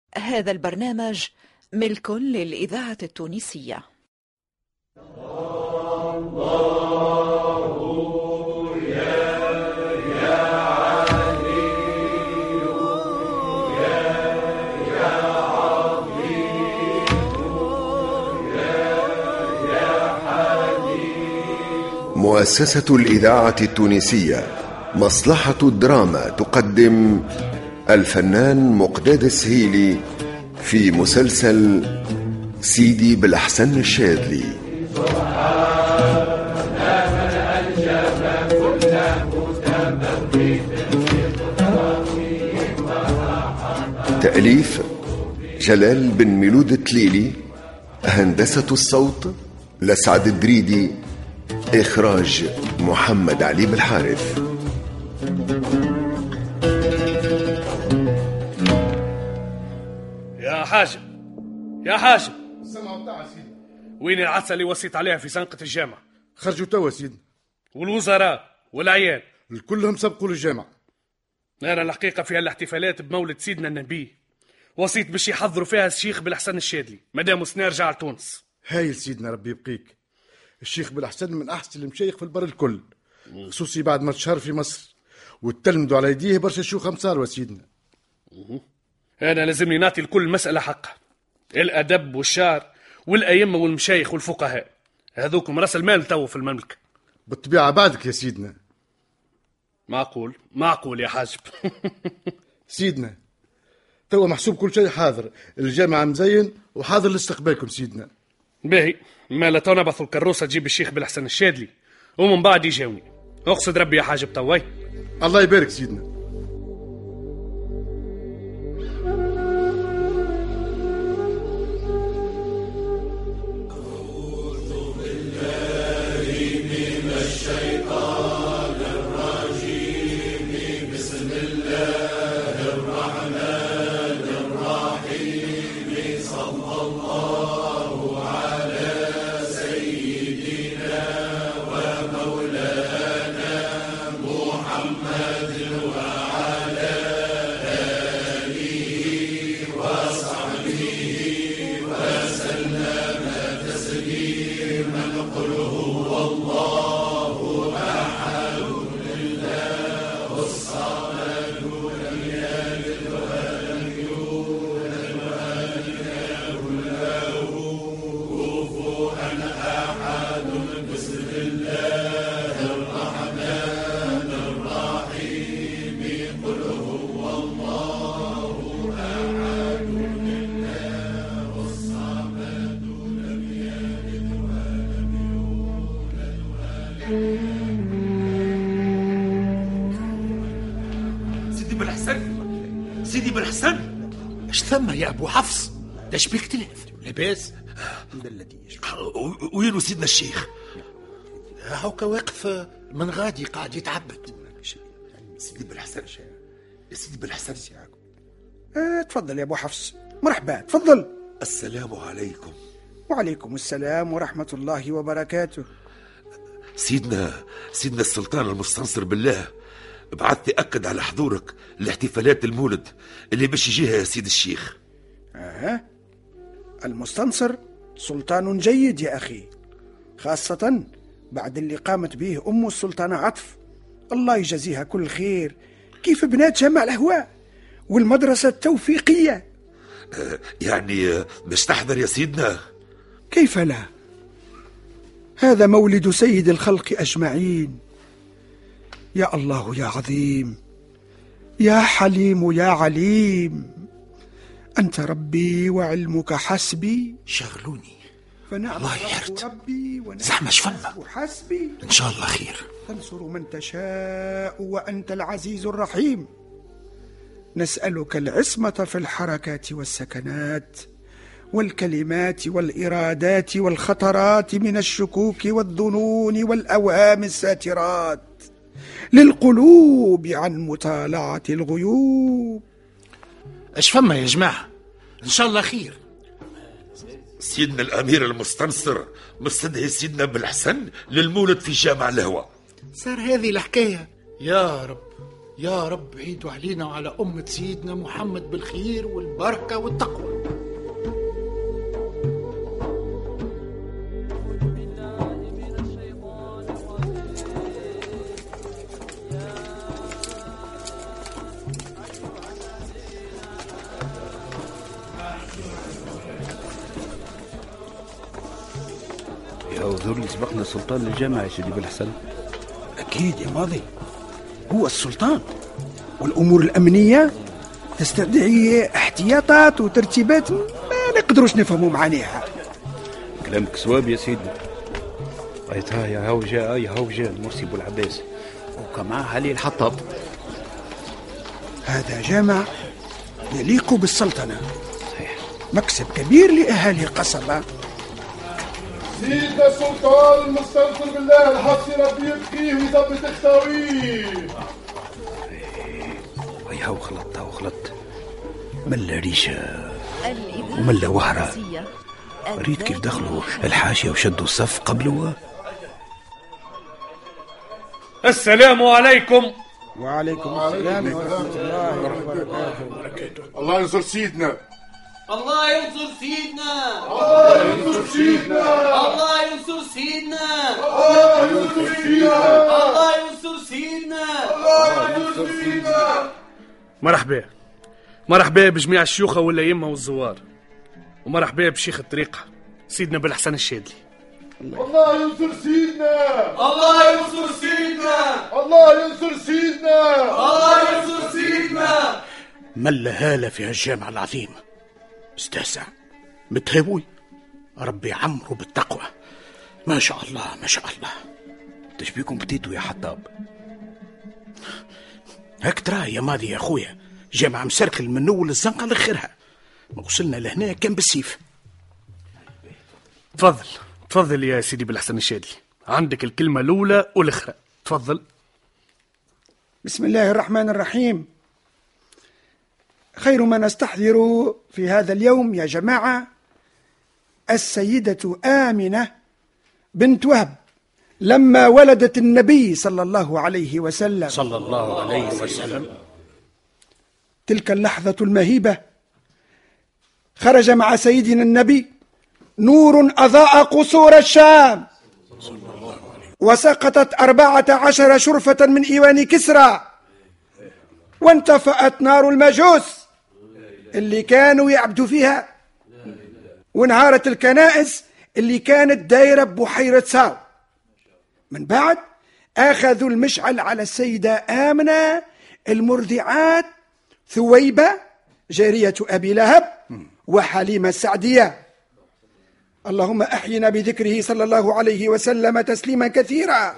هذا البرنامج ملك للإذاعة التونسية. مؤسسة الإذاعة التونسية مصلحة الدراما تقدم الفنان مقداد السهيلي في مسلسل سيدي بالحسن الشاذلي. تأليف جلال بن ميلود التليلي، هندسة الصوت لسعد الدريدي، إخراج محمد علي بالحارث. يا حاجب يا حاجب، السمع بتاع سيدي. وين العدسة اللي وصيت عليها في زنقة الجامعة؟ خرجوا توا سيدي. والوزراء والعيال كلهم سبقوا للجامعة. أنا الحقيقة فيها الاحتفالات بمولد سيدنا النبي، وصيت باش يحضروا فيها الشيخ بالحسن الشاذلي مادام سنرجع لتونس. هايل سيدنا، ربي يبقيك. الشيخ بالحسن من أحسن المشايخ في البر الكل، خصوصي بعد ما تشهر في مصر وتلمدوا على يديه برشا شيوخ أمصار وسيدنا. أنا لازمني نعطي لكل مسألة حقها، الأدب والشعر والأئمة والمشايخ والفقهاء، هذوكم رأس المال تو في المملكة. بالطبيعة بعدك يا سيدنا. معقول يا حاجب. سيدنا توا محسوب كل شيء حاضر، الجامعة مزين وحاضر لاستقبالكم سيدنا. باهي، ما لا تنبثوا الكروسة تجيب الشيخ بالحسن الشاذلي ومن بعد يجاوني. اقصد ربي يا حاجب توي. الله يبارك سيدنا. سيدي بالحسن، اش ثم يا ابو حفص؟ داش بيك تلف لاباس؟ وينو سيدنا الشيخ؟ هاكا واقف من غادي قاعد يتعبد. سيدي بالحسن يا سيدي بالحسن. تفضل يا ابو حفص، مرحبا، تفضل. السلام عليكم. وعليكم السلام ورحمة الله وبركاته. سيدنا السلطان المستنصر بالله بعث تأكد على حضورك لاحتفالات المولد اللي باش يجيها يا سيد الشيخ. المستنصر سلطان جيد يا أخي، خاصة بعد اللي قامت به أم السلطانة عطف، الله يجزيها كل خير، كيف بنات جمع الأهواء والمدرسة التوفيقية. يعني باش تحضر يا سيدنا؟ كيف لا، هذا مولد سيد الخلق أجمعين. يا الله يا عظيم، يا حليم يا عليم، أنت ربي وعلمك حسبي. شغلوني فنعم الله يحرت ربي زحمة شفنا، حسبي. إن شاء الله خير. تنصر من تشاء وأنت العزيز الرحيم. نسألك العصمة في الحركات والسكنات والكلمات والإرادات والخطرات من الشكوك والظنون والأوهام الساترات للقلوب عن مطالعة الغيوب. اش فما يا جماعة؟ إن شاء الله خير. سيدنا الأمير المستنصر مستدعي سيدنا بالحسن للمولد في جامع الهوى. صار هذه الحكاية؟ يا رب يا رب عيدوا علينا وعلى أمة سيدنا محمد بالخير والبركة والتقوى. يا وذور اللي سبقنا السلطان للجامعة يا سيدي بالحسن. أكيد يا ماضي، هو السلطان، والأمور الأمنية تستدعي احتياطات وترتيبات ما نقدروش نفهموا معانيها. كلامك صواب يا سيدي. رأيتها يا هو جاء المرسي أبو العباس وكمعه علي الحطاب. هذا جامع يليق بالسلطنة، صحيح. مكسب كبير لأهالي القصبة. سيدنا السلطان المستنصر بالله الحق ربي يبقيه ويثبت خطاويه. هو خلط ملا ريشة وملا وهرة. ريت كيف دخلوا الحاشية وشدوا الصف قبله. السلام عليكم. وعليكم السلام ورحمة الله وبركاته. الله ينصر سيدنا. الله ينصر سيدنا. الله ينصر سيدنا. الله ينصر سيدنا. الله ينصر سيدنا. الله ينصر سيدنا. الله ينصر سيدنا. مرحبا بجميع الشيوخة والأئمة والزوار، ومرحبا بشيخ الطريقة سيدنا بالحسن الشادلي. الله ينصر سيدنا. الله ينصر سيدنا. الله ينصر سيدنا. الله ينصر سيدنا. ملا هالة في هالجامع العظيم، استهزأ متهبوي، ربي عمرو بالتقوى. ما شاء الله ما شاء الله. تشبيكم بديتوا يا حطاب. هك ترى يا ماضي يا أخويا، جامع مسركل من أول الزنقة لآخرها، ما وصلنا لهنا كان بالسيف. تفضل يا سيدي بالحسن الشادلي، عندك الكلمة الأولى والأخرى، تفضل. بسم الله الرحمن الرحيم. خير ما نستحضر في هذا اليوم يا جماعة السيدة آمنة بنت وهب لما ولدت النبي صلى الله عليه وسلم. تلك اللحظة المهيبة خرج مع سيدنا النبي نور أضاء قصور الشام، وسقطت 14 شرفة من إيوان كسرى، وانطفأت نار المجوس اللي كانوا يعبدوا فيها، وانهارت الكنائس اللي كانت دايرة ببحيرة ساو. من بعد أخذوا المشعل على السيدة آمنة المرضعات ثويبة جارية أبي لهب وحليمة السعدية. اللهم أحينا بذكره صلى الله عليه وسلم تسليما كثيرا.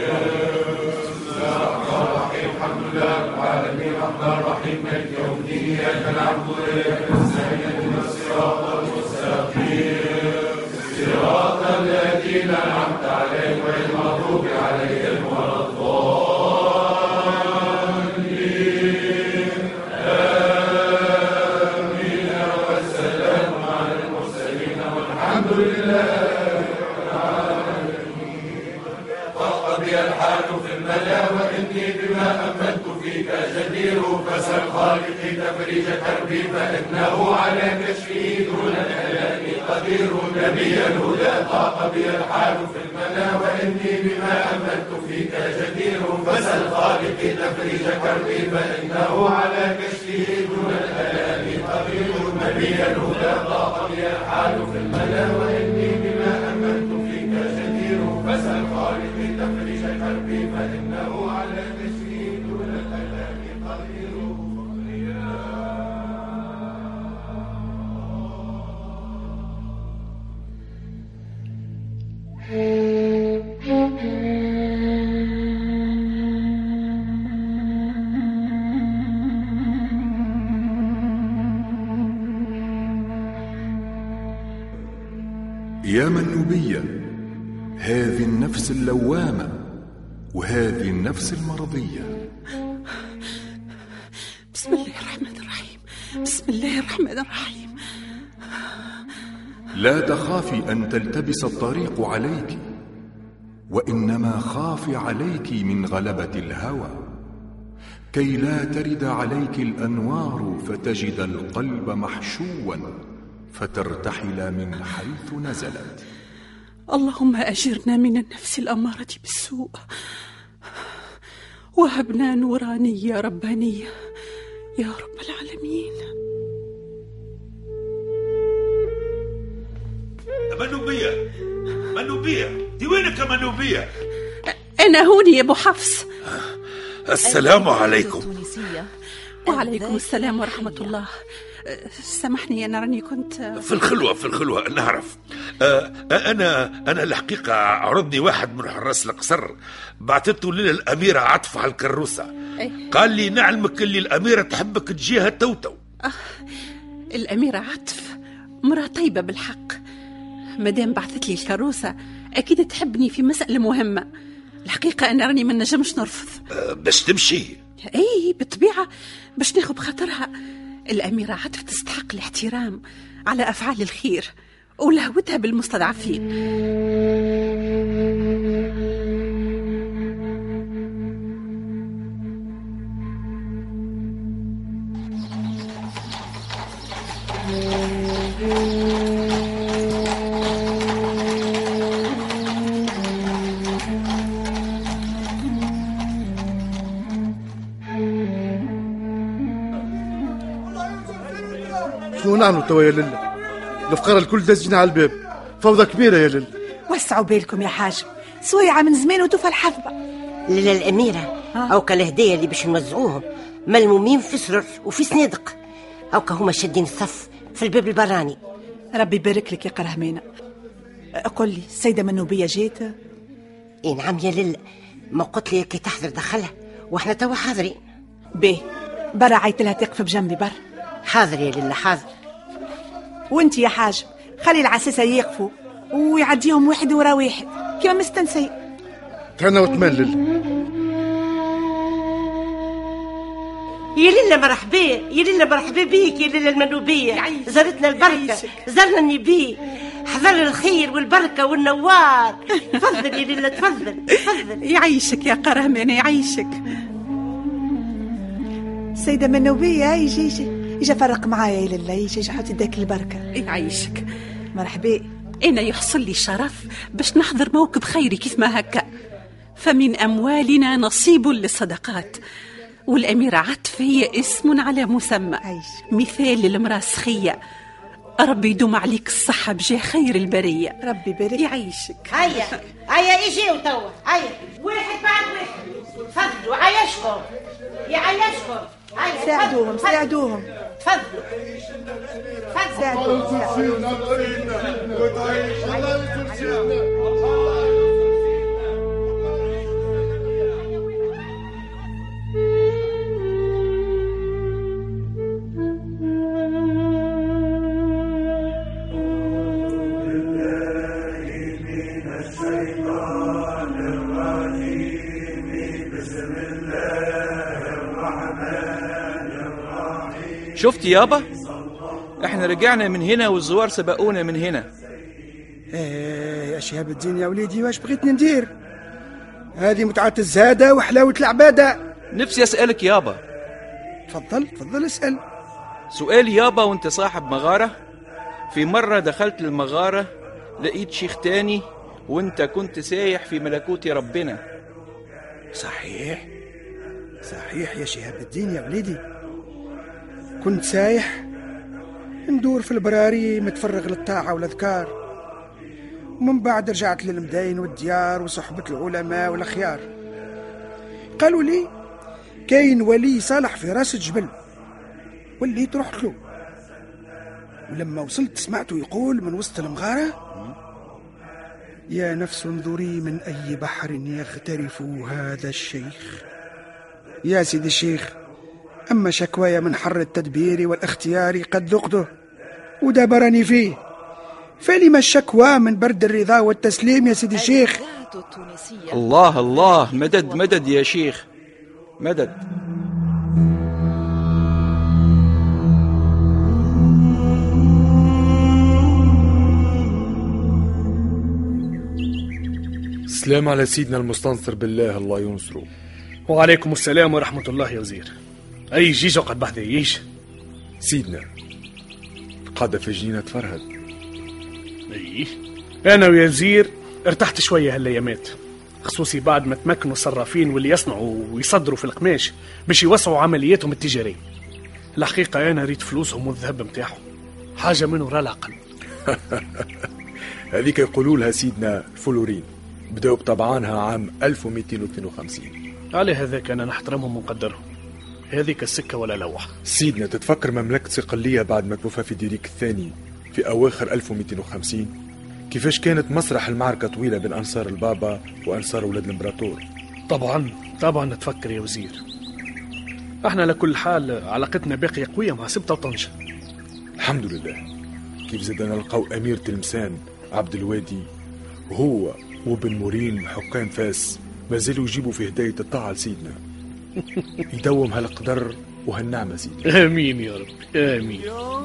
الحمد لله رب العالمين الرحمن الرحيم مالك يوم الدين إياك نعبد وإياك نستعين اهدنا الصراط المستقيم صراط الذين أنعمت عليهم غير المغضوب عليهم ولا الضالين آمين. والسلام على المرسلين والحمد لله رب العالمين. فقضي الحال في الملا وإني بما أمنت فيك جدير، فسل خالقي تفريج كربي فإنه على كشفه دون الإعلان قدير. نبي الهدى ضاق بي الحال في الملا وإني بما أمنت فيك جدير، فسل خالقي تفريج كربي فإنه على كشفه دون الإعلان قدير. نبي الهدى ضاق بي الحال في الملا وإني بما أمنت فيك جدير، فسل خالقي تفريج كربي فإنه على كشفه دون الإعلان قدير. يا منوبية، هذه النفس اللوامة وهذه النفس المرضية. بسم الله الرحمن الرحيم. بسم الله الرحمن الرحيم. لا تخافي أن تلتبس الطريق عليك، وإنما خافي عليك من غلبة الهوى. كي لا ترد عليك الأنوار فتجد القلب محشوا فترتحل من حيث نزلت. اللهم أجرنا من النفس الأمارة بالسوء، وهبنا نورانية ربانية يا رب العالمين. منوبية دي وينك يا منوبية؟ أنا هوني يا أبو حفص. السلام عليكم. وعليكم السلام ورحمة الله. سامحني أنا راني كنت في الخلوة نعرف. أنا الحقيقة عرضني واحد من حراس القصر، بعثته لنا الأميرة عطف على الكروسة. قال لي نعلمك اللي الأميرة تحبك تجيها توتو. الأميرة عطف مرأة طيبة بالحق، مدام بعثت لي الكروسة أكيد تحبني في مسألة مهمة. الحقيقة أنا راني ما نجمش نرفض. باش تمشي؟ أي بالطبيعة، باش ناخذ بخاطرها. الأميرة عطف تستحق الاحترام على أفعال الخير ولهوتها بالمستضعفين. شنو نعملوا توا يا لله؟ الفقراء الكل دازين على الباب، فوضى كبيرة يا لله. وسعوا بالكم يا حاج، سويعة من زمان وتوفى الحظبة. للا الأميرة أوكا الهدايا اللي باش نوزعوهم ملمومين في سرر وفي صنادق، أوكا هما شادين الصف في الباب البراني. ربي يبارك لك يا قرهمينة. قل لي السيدة منوبية جيت؟ إيه نعم يا لله، ما قلت لي كي تحضر دخلها واحنا توا حاضرين. بيه برا عيت لها تقف بجنبي برا. حاضر يا لله حاضر. وانت يا حاج خلي العساسة يقفوا ويعديهم واحد ورا واحد كما مستنسي. تهنى وتمن لله. يا لله مرحبا، يا لله مرحبا بيك يا لله المنوبية. زارتنا البركة، زارنا النبي، حضر الخير والبركة والنوار. تفضل يا لله تفضل. يعيشك يا قرهمينة يعيشك. سيدة منوبية يجي فرق معايا يا لله، يجي حط يديك البركة. يعيشك. مرحبا. أنا يحصل لي شرف باش نحضر موكب خيري كيف ما هكا. فمن أموالنا نصيب للصدقات، والأميرة عطف هي اسم على مسمى. مثال للمرأة السخية. ربي يدوم عليك الصحة بجاه خير البرية. ربي يبارك. يعيشك. هيا اجيو توا، هيا واحد بعد واحد. تفضلوا عايشكم يعيشكم. ساعدوهم تفضلوا شفت يابا، احنا رجعنا من هنا والزوار سبقونا من هنا. يا شهاب الدين يا وليدي، واش بغيتني ندير؟ هذه متعة الزادة وحلاوة العبادة. نفسي اسألك يابا. تفضل اسأل. سؤالي يابا، وانت صاحب مغارة، في مرة دخلت المغارة لقيت شيخ تاني وانت كنت سايح في ملكوت ربنا. صحيح يا شهاب الدين يا وليدي، كنت سايح ندور في البراري متفرغ للطاعة والأذكار، ومن بعد رجعت للمداين والديار وصحبة العلماء والأخيار. قالوا لي كاين ولي صالح في راس الجبل، وليت رحت له، ولما وصلت سمعته يقول من وسط المغارة: يا نفس انظري من أي بحر يغترف هذا الشيخ. يا سيدي الشيخ، أما شكوايا من حر التدبير والاختيار قد ذقته ودبرني فيه، فلما الشكوى من برد الرضا والتسليم يا سيدي الشيخ؟ الله الله، مدد يا شيخ، مدد. السلام على سيدنا المستنصر بالله، الله ينصره. وعليكم السلام ورحمة الله يا وزير. أي جيجا قد بحث يعيش سيدنا قاعدة في جنينة فرهد. أي أنا ويا وزير ارتحت شوية هالأيامات، خصوصي بعد ما تمكنوا الصرافين واللي يصنعوا ويصدروا في القماش باش يوسعوا عملياتهم التجارية. الحقيقة أنا ريت فلوسهم والذهب متاعهم، حاجة من وراء العقل. هذيك يقولوا لها سيدنا الفلورين، بدأوا بطبعانها عام 1252. على هذاك أنا نحترمهم ونقدرهم، هذيك السكة ولا لوح. سيدنا تتفكر مملكة صقلية بعد ما توفى فيدريك الثاني في أواخر 1250 كيفاش كانت مسرح المعركة طويلة بين أنصار البابا وأنصار ولاد الإمبراطور؟ طبعا نتفكر يا وزير. احنا لكل حال علاقتنا باقية قوية مع سبتة وطنجة. الحمد لله. كيف زدنا نلقاو أمير تلمسان عبد الوادي وهو وبن مورين حكام فاس مازالوا يجيبوا في هداية الطاعة لسيدنا. يدوم هالقدر وهالنعمة سيدنا. آمين يا رب آمين.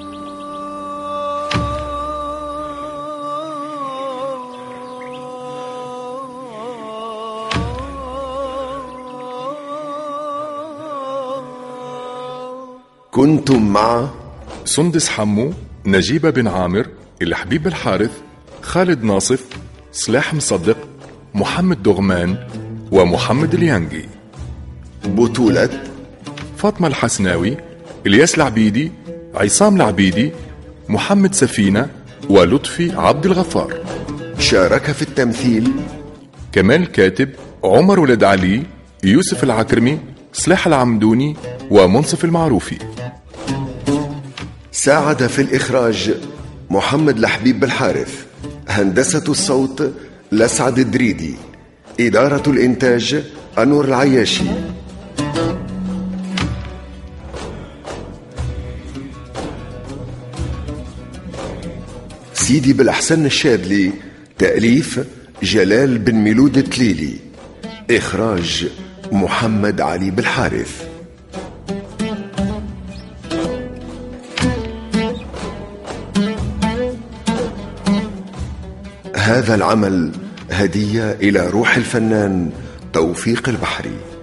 كنتم مع سندس حمو، نجيب بن عامر، الحبيب الحارث، خالد ناصف، سلاح مصدق، محمد دغمان ومحمد اليانجي. بطولة فاطمة الحسناوي، الياس العبيدي، عصام العبيدي، محمد سفينة ولطفي عبد الغفار. شارك في التمثيل كمال الكاتب، عمر ولد علي، يوسف العكرمي، سلاح العمدوني ومنصف المعروفي. ساعد في الإخراج محمد الحبيب الحارث. هندسة الصوت لسعد الدريدي. إدارة الإنتاج أنور العياشي. سيدي بالأحسن الشاذلي. تأليف جلال بن ميلود التليلي. إخراج محمد علي بالحارث. هذا العمل هدية إلى روح الفنان توفيق البحري.